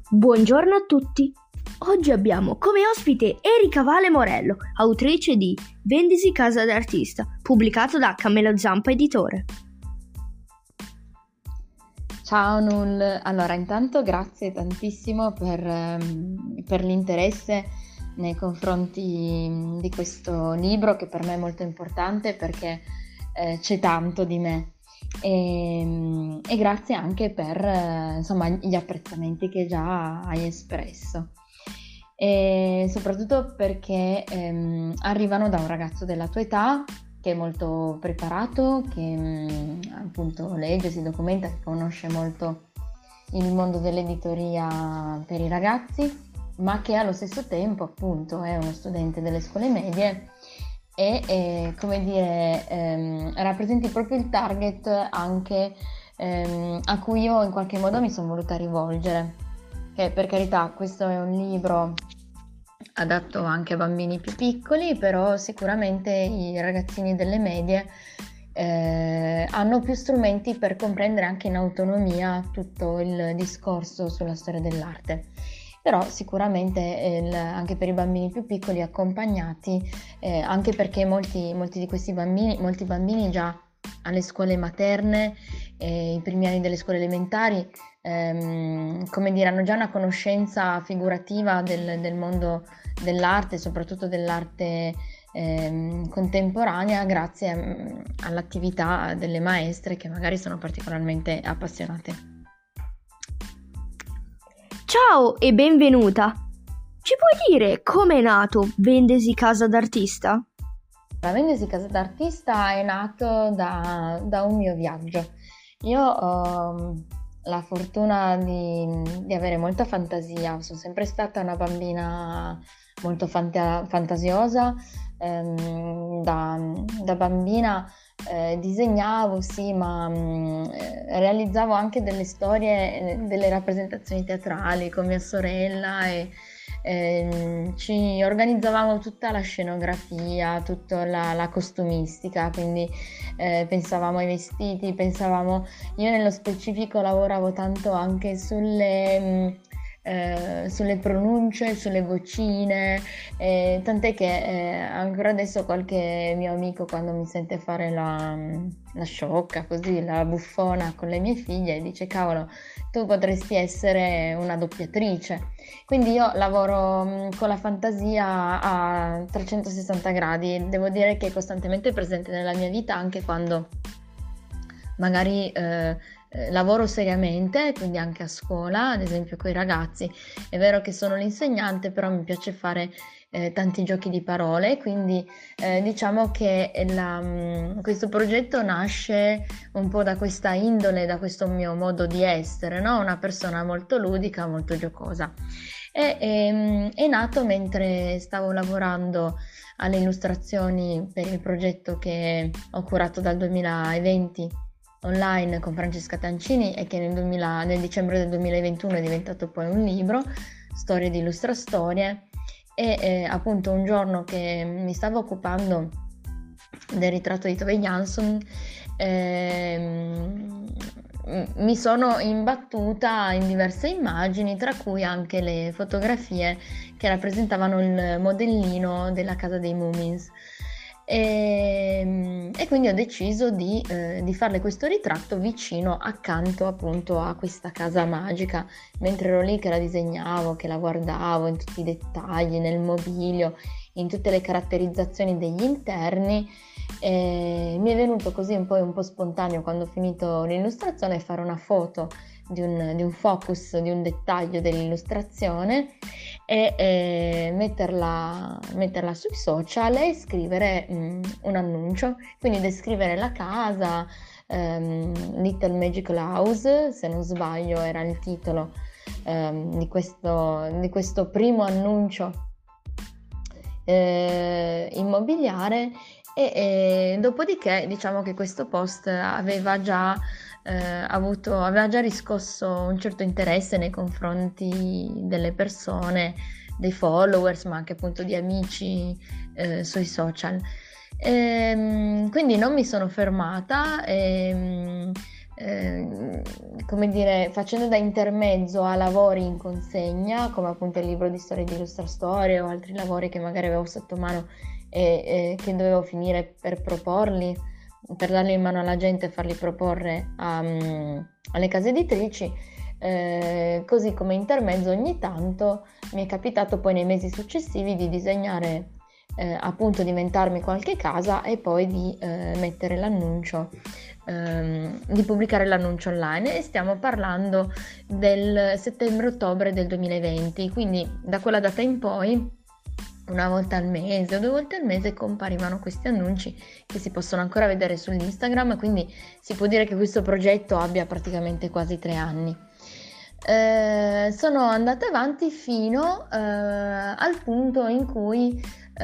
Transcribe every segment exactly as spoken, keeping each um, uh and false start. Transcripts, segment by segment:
Buongiorno a tutti! Oggi abbiamo come ospite Erika Vale Morello, autrice di Vendisi Casa d'Artista, pubblicato da Cammello Zampa Editore. Ciao Nul, allora intanto grazie tantissimo per, ehm, per l'interesse nei confronti di questo libro che per me è molto importante perché eh, c'è tanto di me. E, e grazie anche per eh, insomma, gli apprezzamenti che già hai espresso, e soprattutto perché ehm, arrivano da un ragazzo della tua età che è molto preparato, che mh, appunto legge, si documenta, che conosce molto il mondo dell'editoria per i ragazzi, ma che allo stesso tempo appunto è uno studente delle scuole medie e, e come dire, ehm, rappresenti proprio il target anche ehm, a cui io in qualche modo mi sono voluta rivolgere, che per carità questo è un libro adatto anche a bambini più piccoli, però sicuramente i ragazzini delle medie eh, hanno più strumenti per comprendere anche in autonomia tutto il discorso sulla storia dell'arte. Però sicuramente il, anche per i bambini più piccoli accompagnati, eh, anche perché molti, molti di questi bambini, molti bambini già alle scuole materne, eh, i primi anni delle scuole elementari, ehm, come dire, hanno già una conoscenza figurativa del, del mondo dell'arte, soprattutto dell'arte ehm, contemporanea, grazie a, all'attività delle maestre che magari sono particolarmente appassionate. Ciao e benvenuta! Ci puoi dire come è nato Vendisi Casa d'Artista? La Vendisi Casa d'Artista è nato da, da un mio viaggio. Io ho la fortuna di, di avere molta fantasia, sono sempre stata una bambina molto fanta- fantasiosa, ehm, da, da bambina eh, disegnavo sì, ma mh, realizzavo anche delle storie, eh, delle rappresentazioni teatrali con mia sorella e eh, ci organizzavamo tutta la scenografia, tutta la, la costumistica, quindi eh, pensavamo ai vestiti, pensavamo, io nello specifico lavoravo tanto anche sulle... Mh, Eh, sulle pronunce, sulle vocine, eh, tant'è che eh, ancora adesso qualche mio amico quando mi sente fare la, la sciocca, così la buffona con le mie figlie, dice cavolo, tu potresti essere una doppiatrice. Quindi io lavoro mh, con la fantasia a trecentosessanta gradi, devo dire che è costantemente presente nella mia vita anche quando magari eh, eh, lavoro seriamente, quindi anche a scuola, ad esempio con i ragazzi. È vero che sono l'insegnante, però mi piace fare eh, tanti giochi di parole, quindi eh, diciamo che la, mh, questo progetto nasce un po' da questa indole, da questo mio modo di essere, no? Una persona molto ludica, molto giocosa. E, e, è nato mentre stavo lavorando alle illustrazioni per il progetto che ho curato dal duemilaventi online con Francesca Tancini e che nel, duemila, nel dicembre del duemilaventuno è diventato poi un libro, Storie di Illustrastorie, e eh, appunto un giorno che mi stavo occupando del ritratto di Tove Jansson ehm, mi sono imbattuta in diverse immagini, tra cui anche le fotografie che rappresentavano il modellino della Casa dei Moomins. E, e quindi ho deciso di, eh, di farle questo ritratto vicino, accanto appunto a questa casa magica, mentre ero lì che la disegnavo, che la guardavo in tutti i dettagli, nel mobilio, in tutte le caratterizzazioni degli interni. E mi è venuto così un po', un po' spontaneo, quando ho finito l'illustrazione, fare una foto di un, di un focus, di un dettaglio dell'illustrazione e, e metterla, metterla sui social e scrivere um, un annuncio, quindi descrivere la casa, um, Little Magical House, se non sbaglio era il titolo um, di, questo, di questo primo annuncio eh, immobiliare. E, e dopodiché diciamo che questo post aveva già eh, avuto, aveva già riscosso un certo interesse nei confronti delle persone, dei followers, ma anche appunto di amici eh, sui social. E, quindi non mi sono fermata e, eh, come dire, facendo da intermezzo a lavori in consegna, come appunto il libro di storie di Illustrastorie o altri lavori che magari avevo sotto mano e, e che dovevo finire per proporli, per darli in mano alla gente e farli proporre a, um, alle case editrici. Eh, così come intermezzo ogni tanto mi è capitato poi nei mesi successivi di disegnare, eh, appunto di inventarmi qualche casa e poi di eh, mettere l'annuncio, ehm, di pubblicare l'annuncio online, e stiamo parlando del settembre-ottobre del duemilaventi, quindi da quella data in poi una volta al mese o due volte al mese comparivano questi annunci che si possono ancora vedere sull'Instagram, quindi si può dire che questo progetto abbia praticamente quasi tre anni. Eh, sono andata avanti fino eh, al punto in cui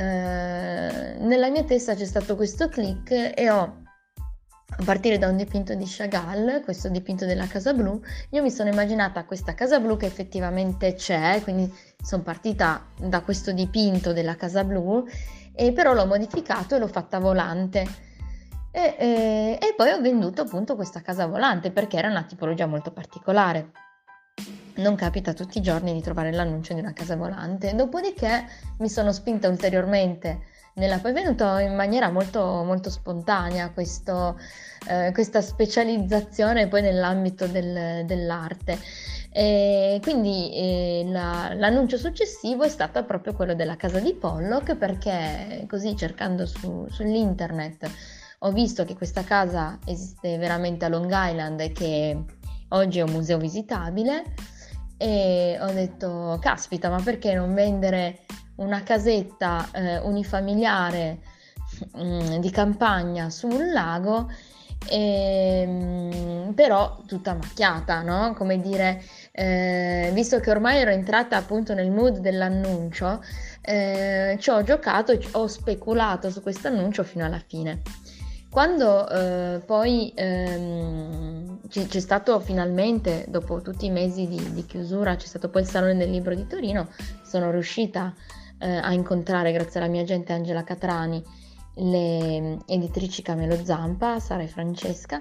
eh, nella mia testa c'è stato questo click e ho, a partire da un dipinto di Chagall, questo dipinto della Casa Blu, io mi sono immaginata questa Casa Blu che effettivamente c'è, quindi sono partita da questo dipinto della Casa Blu e però l'ho modificato e l'ho fatta volante. E, e, e poi ho venduto appunto questa casa volante perché era una tipologia molto particolare. Non capita tutti i giorni di trovare l'annuncio di una casa volante. Dopodiché mi sono spinta ulteriormente nella, poi è venuto in maniera molto, molto spontanea questo, eh, questa specializzazione poi nell'ambito del, dell'arte. E quindi eh, la, l'annuncio successivo è stato proprio quello della casa di Pollock, perché così cercando su, sull'internet ho visto che questa casa esiste veramente a Long Island e che oggi è un museo visitabile, e ho detto caspita, ma perché non vendere una casetta eh, unifamiliare mh, di campagna su un lago, e, mh, però tutta macchiata, no? Come dire, eh, visto che ormai ero entrata appunto nel mood dell'annuncio, eh, ci ho giocato, ho speculato su questo annuncio fino alla fine. Quando eh, poi ehm, c'è, c'è stato finalmente, dopo tutti i mesi di, di chiusura, c'è stato poi il Salone del Libro di Torino, sono riuscita eh, a incontrare, grazie alla mia agente Angela Catrani, le editrici Camelo Zampa, Sara e Francesca,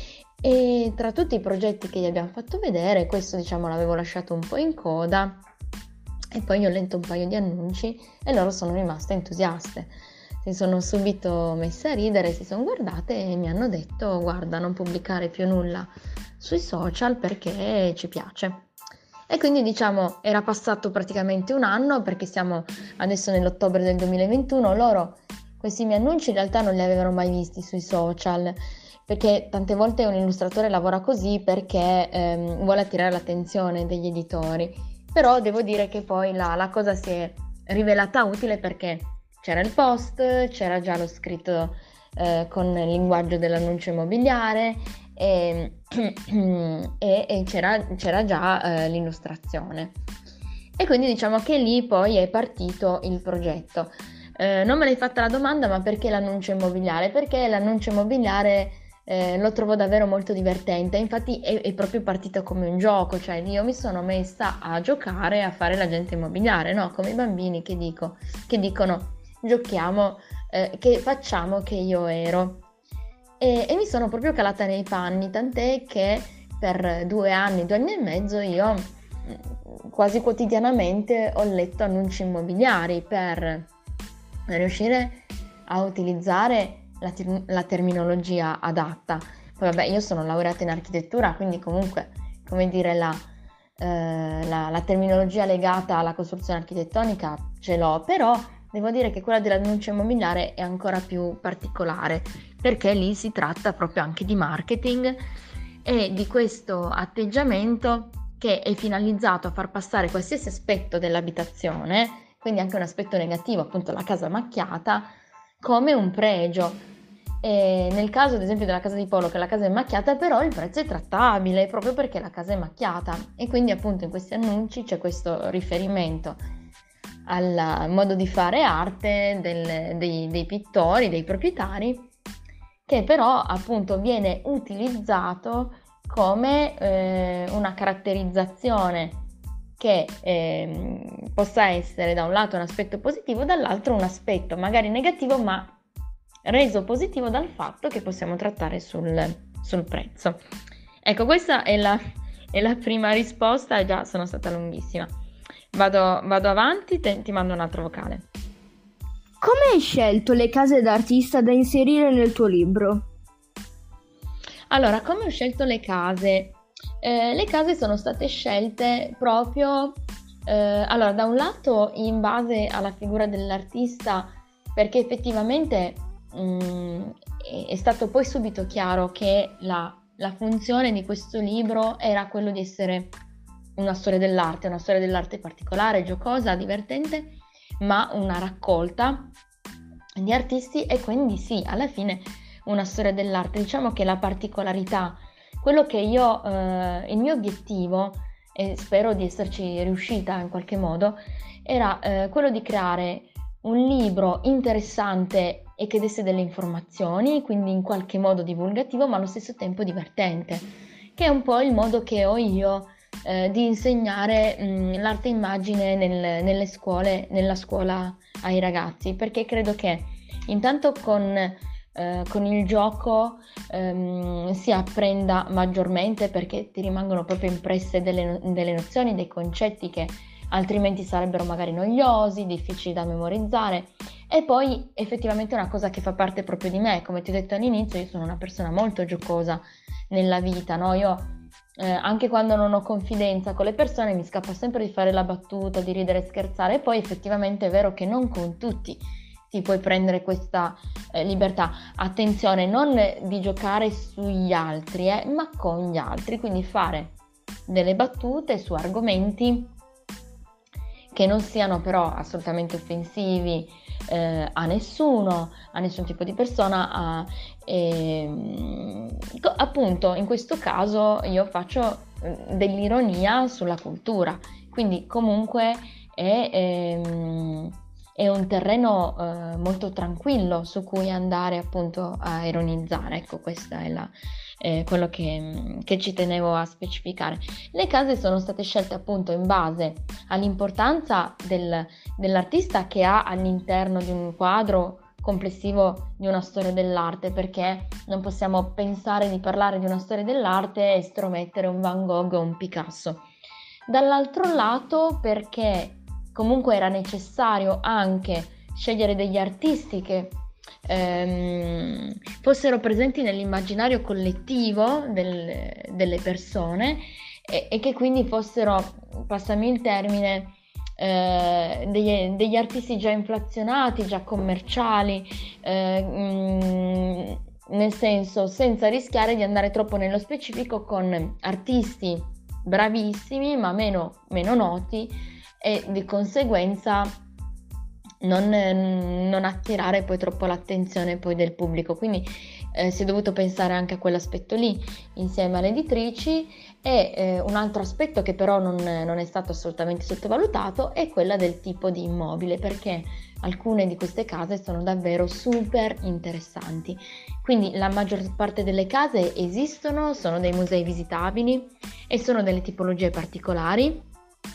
e tra tutti i progetti che gli abbiamo fatto vedere, questo diciamo l'avevo lasciato un po' in coda, e poi gli ho letto un paio di annunci e loro sono rimaste entusiaste. Si sono subito messe a ridere, si sono guardate e mi hanno detto guarda, non pubblicare più nulla sui social perché ci piace. E quindi diciamo era passato praticamente un anno, perché siamo adesso nell'ottobre del duemilaventuno, loro questi miei annunci in realtà non li avevano mai visti sui social, perché tante volte un illustratore lavora così perché ehm, vuole attirare l'attenzione degli editori, però devo dire che poi la, la cosa si è rivelata utile perché c'era il post, c'era già lo scritto eh, con il linguaggio dell'annuncio immobiliare e, e, e c'era, c'era già eh, l'illustrazione. E quindi diciamo che lì poi è partito il progetto. Eh, non me l'hai fatta la domanda, ma perché l'annuncio immobiliare? Perché l'annuncio immobiliare eh, lo trovo davvero molto divertente, infatti è, è proprio partito come un gioco, cioè io mi sono messa a giocare, a fare l'agente immobiliare, no? Come i bambini che, dico, che dicono giochiamo, eh, che facciamo che io ero, e, e mi sono proprio calata nei panni, tant'è che per due anni, due anni e mezzo io quasi quotidianamente ho letto annunci immobiliari per riuscire a utilizzare la, ter- la terminologia adatta. Poi vabbè, io sono laureata in architettura, quindi comunque, come dire, la, eh, la, la terminologia legata alla costruzione architettonica ce l'ho, però devo dire che quella dell'annuncio immobiliare è ancora più particolare, perché lì si tratta proprio anche di marketing e di questo atteggiamento che è finalizzato a far passare qualsiasi aspetto dell'abitazione, quindi anche un aspetto negativo, appunto la casa macchiata, come un pregio. E nel caso ad esempio della casa di Polo, che la casa è macchiata, però il prezzo è trattabile proprio perché la casa è macchiata, e quindi appunto in questi annunci c'è questo riferimento al modo di fare arte del, dei, dei pittori, dei proprietari, che però appunto viene utilizzato come eh, una caratterizzazione che eh, possa essere da un lato un aspetto positivo, dall'altro un aspetto magari negativo, ma reso positivo dal fatto che possiamo trattare sul, sul prezzo. Ecco, questa è la, è la prima risposta e già sono stata lunghissima. Vado, vado avanti, te, ti mando un altro vocale. Come hai scelto le case d'artista da inserire nel tuo libro? Allora, come ho scelto le case? Eh, le case sono state scelte proprio, eh, allora, da un lato in base alla figura dell'artista, perché effettivamente mh, è, è stato poi subito chiaro che la, la funzione di questo libro era quello di essere una storia dell'arte, una storia dell'arte particolare, giocosa, divertente, ma una raccolta di artisti e quindi sì, alla fine una storia dell'arte. Diciamo che la particolarità, quello che io, eh, il mio obiettivo, e spero di esserci riuscita in qualche modo, era eh, quello di creare un libro interessante e che desse delle informazioni, quindi in qualche modo divulgativo, ma allo stesso tempo divertente, che è un po' il modo che ho io eh, di insegnare mh, l'arte immagine nel, nelle scuole, nella scuola ai ragazzi, perché credo che intanto con, eh, con il gioco ehm, si apprenda maggiormente, perché ti rimangono proprio impresse delle, delle nozioni, dei concetti che altrimenti sarebbero magari noiosi, difficili da memorizzare, e poi effettivamente è una cosa che fa parte proprio di me. Come ti ho detto all'inizio, io sono una persona molto giocosa nella vita, no? Io eh, anche quando non ho confidenza con le persone mi scappa sempre di fare la battuta, di ridere e scherzare, e poi effettivamente è vero che non con tutti ti puoi prendere questa eh, libertà. Attenzione, non di giocare sugli altri, eh, ma con gli altri, quindi fare delle battute su argomenti che non siano però assolutamente offensivi eh, a nessuno, a nessun tipo di persona. A, e, appunto, in questo caso io faccio dell'ironia sulla cultura, quindi comunque è, è, è un terreno eh, molto tranquillo su cui andare appunto a ironizzare. Ecco, questa è la Eh, quello che, che ci tenevo a specificare. Le case sono state scelte appunto in base all'importanza del, dell'artista che ha all'interno di un quadro complessivo di una storia dell'arte, perché non possiamo pensare di parlare di una storia dell'arte e estromettere un Van Gogh o un Picasso. Dall'altro lato, perché comunque era necessario anche scegliere degli artisti che Ehm, fossero presenti nell'immaginario collettivo del, delle persone e, e che quindi fossero, passami il termine, eh, degli, degli artisti già inflazionati, già commerciali, eh, mh, nel senso senza rischiare di andare troppo nello specifico con artisti bravissimi ma meno, meno noti, e di conseguenza Non, non attirare poi troppo l'attenzione poi del pubblico. Quindi eh, si è dovuto pensare anche a quell'aspetto lì insieme alle editrici. E eh, un altro aspetto che però non, non è stato assolutamente sottovalutato è quella del tipo di immobile, perché alcune di queste case sono davvero super interessanti. Quindi la maggior parte delle case esistono, sono dei musei visitabili e sono delle tipologie particolari.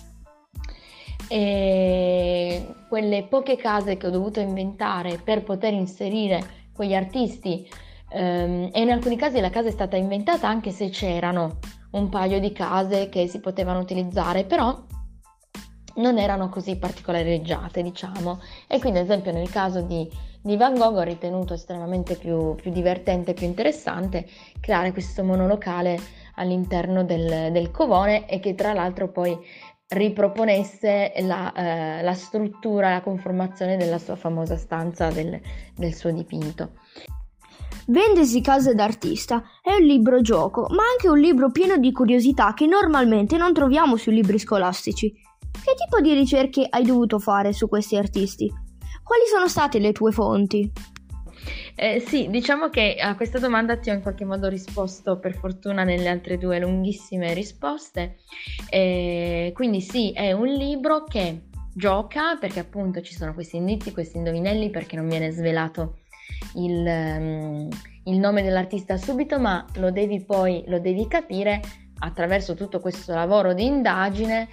E quelle poche case che ho dovuto inventare per poter inserire quegli artisti, ehm, e in alcuni casi la casa è stata inventata anche se c'erano un paio di case che si potevano utilizzare, però non erano così particolareggiate, diciamo. E quindi ad esempio nel caso di, di Van Gogh ho ritenuto estremamente più, più divertente, più interessante creare questo monolocale all'interno del, del covone, e che tra l'altro poi riproponesse la, eh, la struttura, la conformazione della sua famosa stanza del, del suo dipinto. Vendesi case d'artista è un libro gioco, ma anche un libro pieno di curiosità che normalmente non troviamo sui libri scolastici. Che tipo di ricerche hai dovuto fare su questi artisti? Quali sono state le tue fonti? Eh, sì, diciamo che a questa domanda ti ho in qualche modo risposto per fortuna nelle altre due lunghissime risposte. Eh, quindi sì, è un libro che gioca, perché appunto ci sono questi indizi, questi indovinelli, perché non viene svelato il, um, il nome dell'artista subito, ma lo devi poi, lo devi capire attraverso tutto questo lavoro di indagine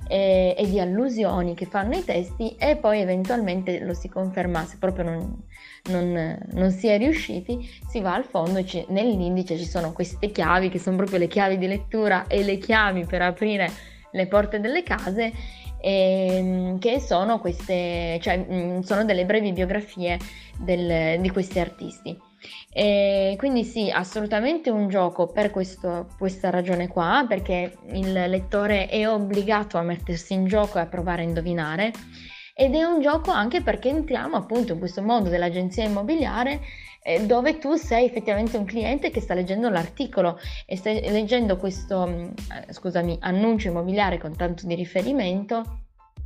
e, e di allusioni che fanno i testi, e poi eventualmente lo si conferma, se proprio non, non, non si è riusciti, si va al fondo e ci, nell'indice ci sono queste chiavi che sono proprio le chiavi di lettura e le chiavi per aprire le porte delle case, e, che sono queste, cioè sono delle brevi biografie del, di questi artisti. E quindi sì, assolutamente un gioco per questo, questa ragione qua, perché il lettore è obbligato a mettersi in gioco e a provare a indovinare, ed è un gioco anche perché entriamo appunto in questo mondo dell'agenzia immobiliare, eh, dove tu sei effettivamente un cliente che sta leggendo l'articolo e stai leggendo questo, eh, scusami, annuncio immobiliare con tanto di riferimento,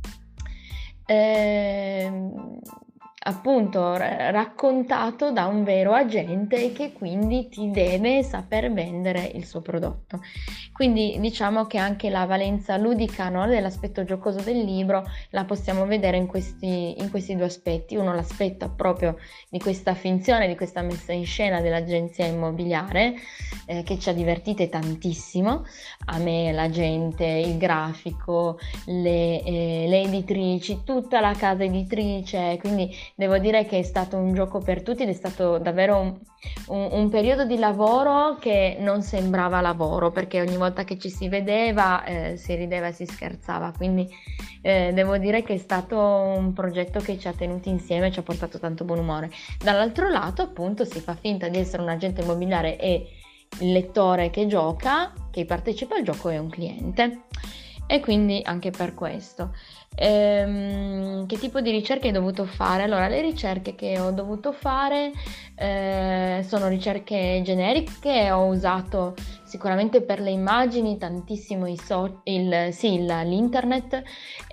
eh, appunto r- raccontato da un vero agente che quindi ti deve saper vendere il suo prodotto. Quindi diciamo che anche la valenza ludica, no, dell'aspetto giocoso del libro la possiamo vedere in questi, in questi due aspetti. Uno, l'aspetto proprio di questa finzione, di questa messa in scena dell'agenzia immobiliare, eh, che ci ha divertite tantissimo, a me, l'agente, il grafico, le, eh, le editrici, tutta la casa editrice, quindi devo dire che è stato un gioco per tutti ed è stato davvero un, un, un periodo di lavoro che non sembrava lavoro, perché ogni volta che ci si vedeva eh, si rideva e si scherzava, quindi eh, devo dire che è stato un progetto che ci ha tenuti insieme e ci ha portato tanto buon umore. Dall'altro lato appunto si fa finta di essere un agente immobiliare e il lettore che gioca, che partecipa al gioco, è un cliente, e quindi anche per questo. Ehm, che tipo di ricerche hai dovuto fare? Allora, le ricerche che ho dovuto fare eh, sono ricerche generiche. Ho usato sicuramente per le immagini tantissimo i so- il, sì, il, l'internet,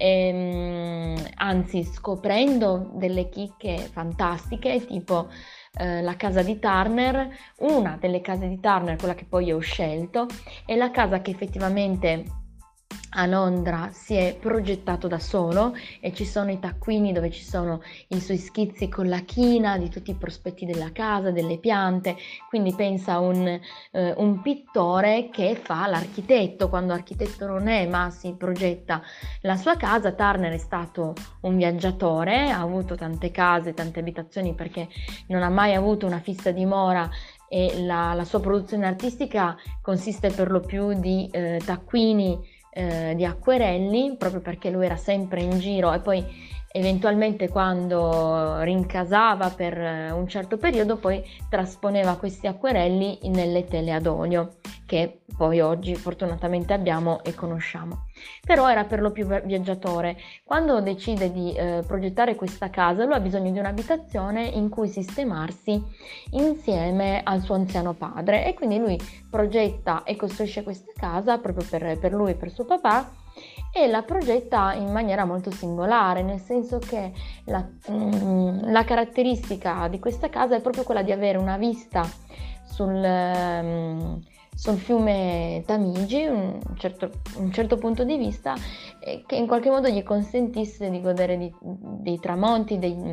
ehm, anzi scoprendo delle chicche fantastiche, tipo eh, la casa di Turner. Una delle case di Turner, quella che poi ho scelto, è la casa che effettivamente a Londra si è progettato da solo, e ci sono i taccuini dove ci sono i suoi schizzi con la china di tutti i prospetti della casa, delle piante. Quindi pensa a un, eh, un pittore che fa l'architetto, quando architetto non è, ma si progetta la sua casa. Turner è stato un viaggiatore, ha avuto tante case, tante abitazioni, perché non ha mai avuto una fissa dimora, e la, la sua produzione artistica consiste per lo più di eh, taccuini, Eh, di acquerelli, proprio perché lui era sempre in giro, e poi eventualmente quando rincasava per un certo periodo poi trasponeva questi acquerelli nelle tele ad olio, che poi oggi fortunatamente abbiamo e conosciamo. Però era per lo più viaggiatore. Quando decide di eh, progettare questa casa, lui ha bisogno di un'abitazione in cui sistemarsi insieme al suo anziano padre, e quindi lui progetta e costruisce questa casa proprio per, per lui e per suo papà, e la progetta in maniera molto singolare, nel senso che la, mm, la caratteristica di questa casa è proprio quella di avere una vista sul, mm, sul fiume Tamigi, un certo, un certo punto di vista, eh, che in qualche modo gli consentisse di godere di, dei tramonti, dei,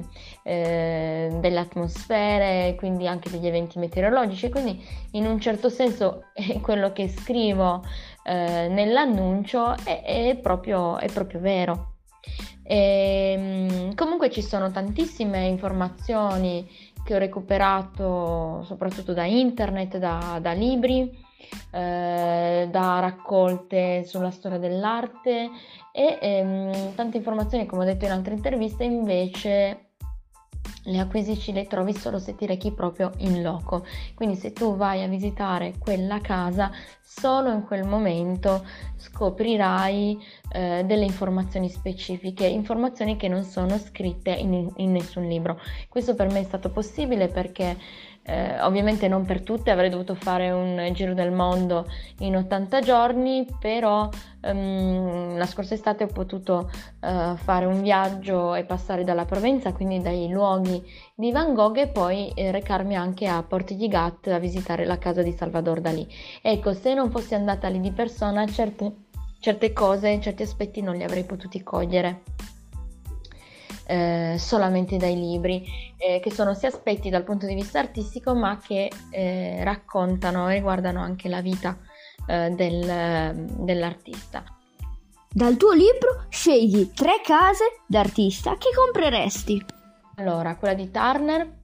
eh, delle atmosfere, quindi anche degli eventi meteorologici. Quindi in un certo senso è quello che scrivo eh, nell'annuncio è, è, proprio, è proprio vero. E, comunque ci sono tantissime informazioni che ho recuperato soprattutto da internet, da, da libri, eh, da raccolte sulla storia dell'arte, e ehm, tante informazioni, come ho detto in altre interviste, invece le acquisisci, le trovi solo se ti rechi proprio in loco. Quindi se tu vai a visitare quella casa, solo in quel momento scoprirai eh, delle informazioni specifiche, informazioni che non sono scritte in, in nessun libro. Questo per me è stato possibile perché eh, ovviamente non per tutte, avrei dovuto fare un giro del mondo in ottanta giorni, però ehm, la scorsa estate ho potuto eh, fare un viaggio e passare dalla Provenza, quindi dai luoghi di Van Gogh, e poi eh, recarmi anche a Portigligat a visitare la casa di Salvador Dalì. Ecco, se non fossi andata lì di persona, certe, certe cose, certi aspetti non li avrei potuti cogliere eh, solamente dai libri, eh, che sono sia aspetti dal punto di vista artistico, ma che eh, raccontano e riguardano anche la vita eh, del, dell'artista. Dal tuo libro scegli tre case d'artista che compreresti. Allora, quella di Turner,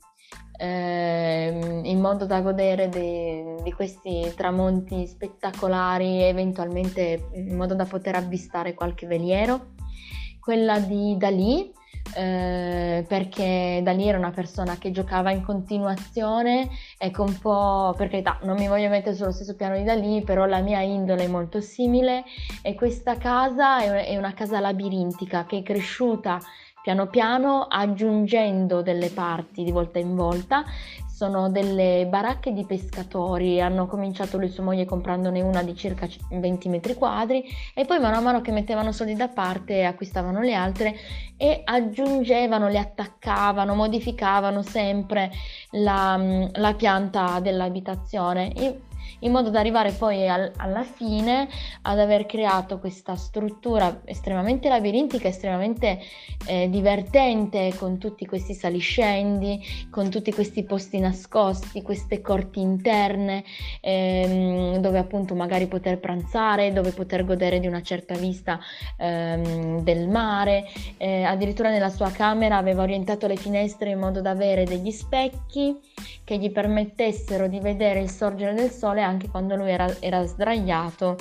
ehm, in modo da godere de- di questi tramonti spettacolari, eventualmente in modo da poter avvistare qualche veliero. Quella di Dalì, eh, perché Dalì era una persona che giocava in continuazione, ecco, un po', per carità, non mi voglio mettere sullo stesso piano di Dalì, però la mia indole è molto simile, e questa casa è è una casa labirintica che è cresciuta piano piano, aggiungendo delle parti di volta in volta. Sono delle baracche di pescatori, hanno cominciato lui e sua moglie comprandone una di circa venti metri quadri, e poi mano a mano che mettevano soldi da parte acquistavano le altre e aggiungevano, le attaccavano, modificavano sempre la, la pianta dell'abitazione, in, in modo da arrivare poi al, alla fine ad aver creato questa struttura estremamente labirintica, estremamente eh, divertente, con tutti questi saliscendi, con tutti questi posti nascosti, queste corti interne, ehm, dove appunto magari poter pranzare, dove poter godere di una certa vista ehm, del mare. Eh, addirittura nella sua camera aveva orientato le finestre in modo da avere degli specchi che gli permettessero di vedere il sorgere del sole anche quando lui era, era sdraiato,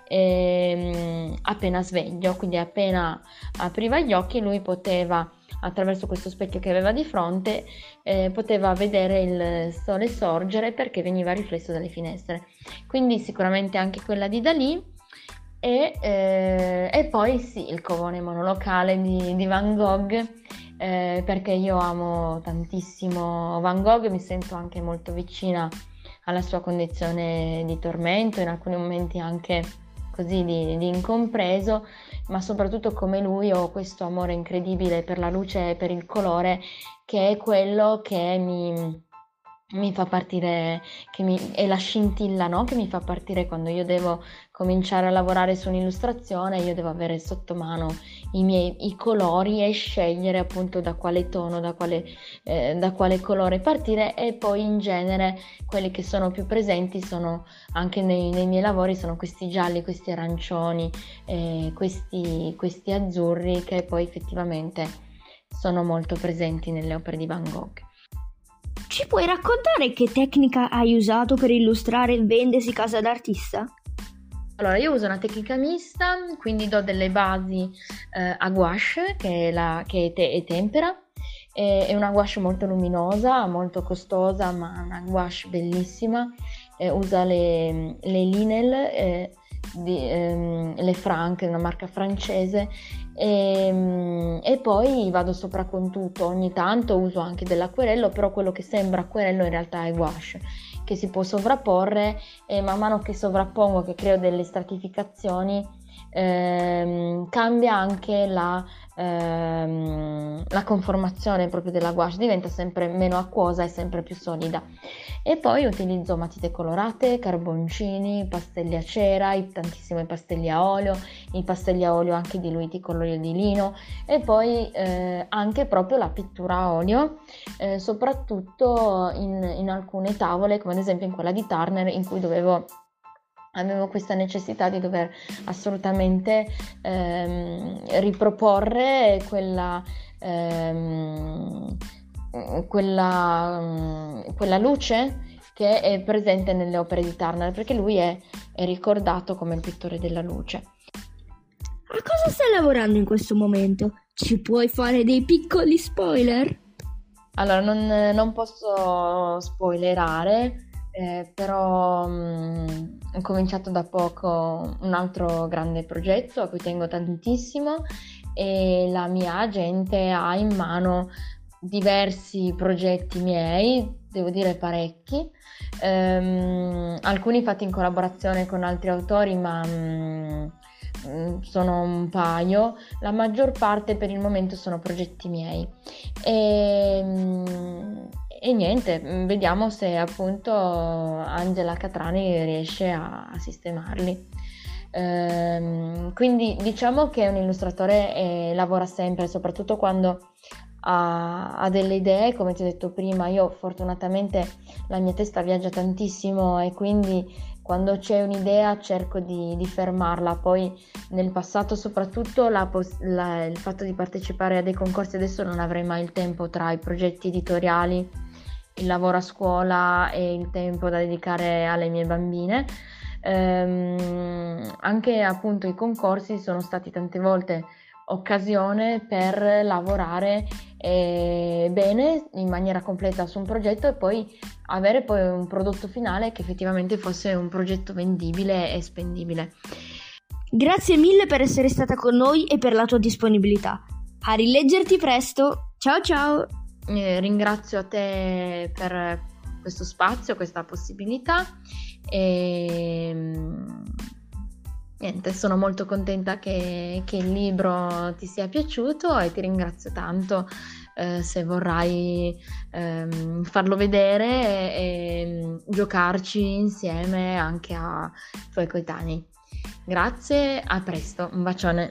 ehm, appena sveglio, quindi appena apriva gli occhi lui poteva, attraverso questo specchio che aveva di fronte, eh, poteva vedere il sole sorgere perché veniva riflesso dalle finestre. Quindi sicuramente anche quella di Dalì. E, eh, e poi sì, il covone monolocale di, di Van Gogh, eh, perché io amo tantissimo Van Gogh, mi sento anche molto vicina alla sua condizione di tormento, in alcuni momenti anche così di, di incompreso, ma soprattutto come lui ho questo amore incredibile per la luce e per il colore, che è quello che mi... mi fa partire, che mi, è la scintilla, no? Che mi fa partire quando io devo cominciare a lavorare su un'illustrazione. Io devo avere sotto mano i miei i colori e scegliere appunto da quale tono, da quale, eh, da quale colore partire, e poi in genere quelli che sono più presenti sono anche nei, nei miei lavori, sono questi gialli, questi arancioni, eh, questi, questi azzurri, che poi effettivamente sono molto presenti nelle opere di Van Gogh. Ci puoi raccontare che tecnica hai usato per illustrare Vendesi casa d'artista? Allora, io uso una tecnica mista, quindi do delle basi eh, a gouache, che è, la, che è, te, è tempera. È, è una gouache molto luminosa, molto costosa, ma una gouache bellissima. Eh, usa le, le Linel, eh, di, ehm, le Franck, una marca francese, e, e poi vado sopra con tutto. Ogni tanto uso anche dell'acquerello, però quello che sembra acquerello in realtà è gouache, che si può sovrapporre, e man mano che sovrappongo, che creo delle stratificazioni, ehm, cambia anche la, ehm, la conformazione proprio della gouache, diventa sempre meno acquosa e sempre più solida. E poi utilizzo matite colorate, carboncini, pastelli a cera, i, tantissimi pastelli a olio, i pastelli a olio anche diluiti con l'olio di lino, e poi eh, anche proprio la pittura a olio, eh, soprattutto in, in alcune tavole, come ad esempio in quella di Turner, in cui dovevo avevo questa necessità di dover assolutamente ehm, riproporre quella, ehm, quella, quella luce che è presente nelle opere di Turner, perché lui è, è ricordato come il pittore della luce. A cosa stai lavorando in questo momento? Ci puoi fare dei piccoli spoiler? Allora, non, non posso spoilerare, Eh, però mh, ho cominciato da poco un altro grande progetto a cui tengo tantissimo, e la mia agente ha in mano diversi progetti miei, devo dire parecchi, ehm, alcuni fatti in collaborazione con altri autori, ma mh, mh, sono un paio. La maggior parte per il momento sono progetti miei, e mh, E niente, vediamo se appunto Angela Catrani riesce a, a sistemarli. Ehm, quindi diciamo che un illustratore eh, lavora sempre, soprattutto quando ha, ha delle idee. Come ti ho detto prima, io fortunatamente la mia testa viaggia tantissimo, e quindi quando c'è un'idea cerco di, di fermarla. Poi nel passato soprattutto la, la, il fatto di partecipare a dei concorsi, adesso non avrei mai il tempo tra i progetti editoriali, il lavoro a scuola e il tempo da dedicare alle mie bambine. Ehm, anche appunto i concorsi sono stati tante volte occasione per lavorare eh, bene in maniera completa su un progetto e poi avere poi un prodotto finale che effettivamente fosse un progetto vendibile e spendibile. Grazie mille per essere stata con noi e per la tua disponibilità. A rileggerti presto. Ciao ciao. Eh, ringrazio a te per questo spazio, questa possibilità e niente, sono molto contenta che, che il libro ti sia piaciuto e ti ringrazio tanto. Eh, se vorrai ehm, farlo vedere e, e giocarci insieme anche ai tuoi coetanei. Grazie, a presto, un bacione.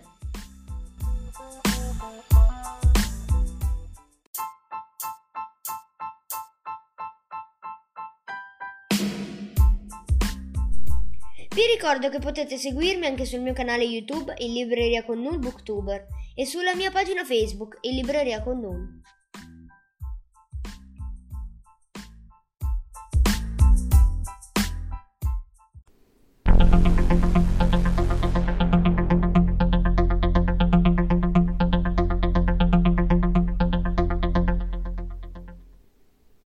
Vi ricordo che potete seguirmi anche sul mio canale YouTube, in Libreria con Null Booktuber, e sulla mia pagina Facebook, in Libreria con Null.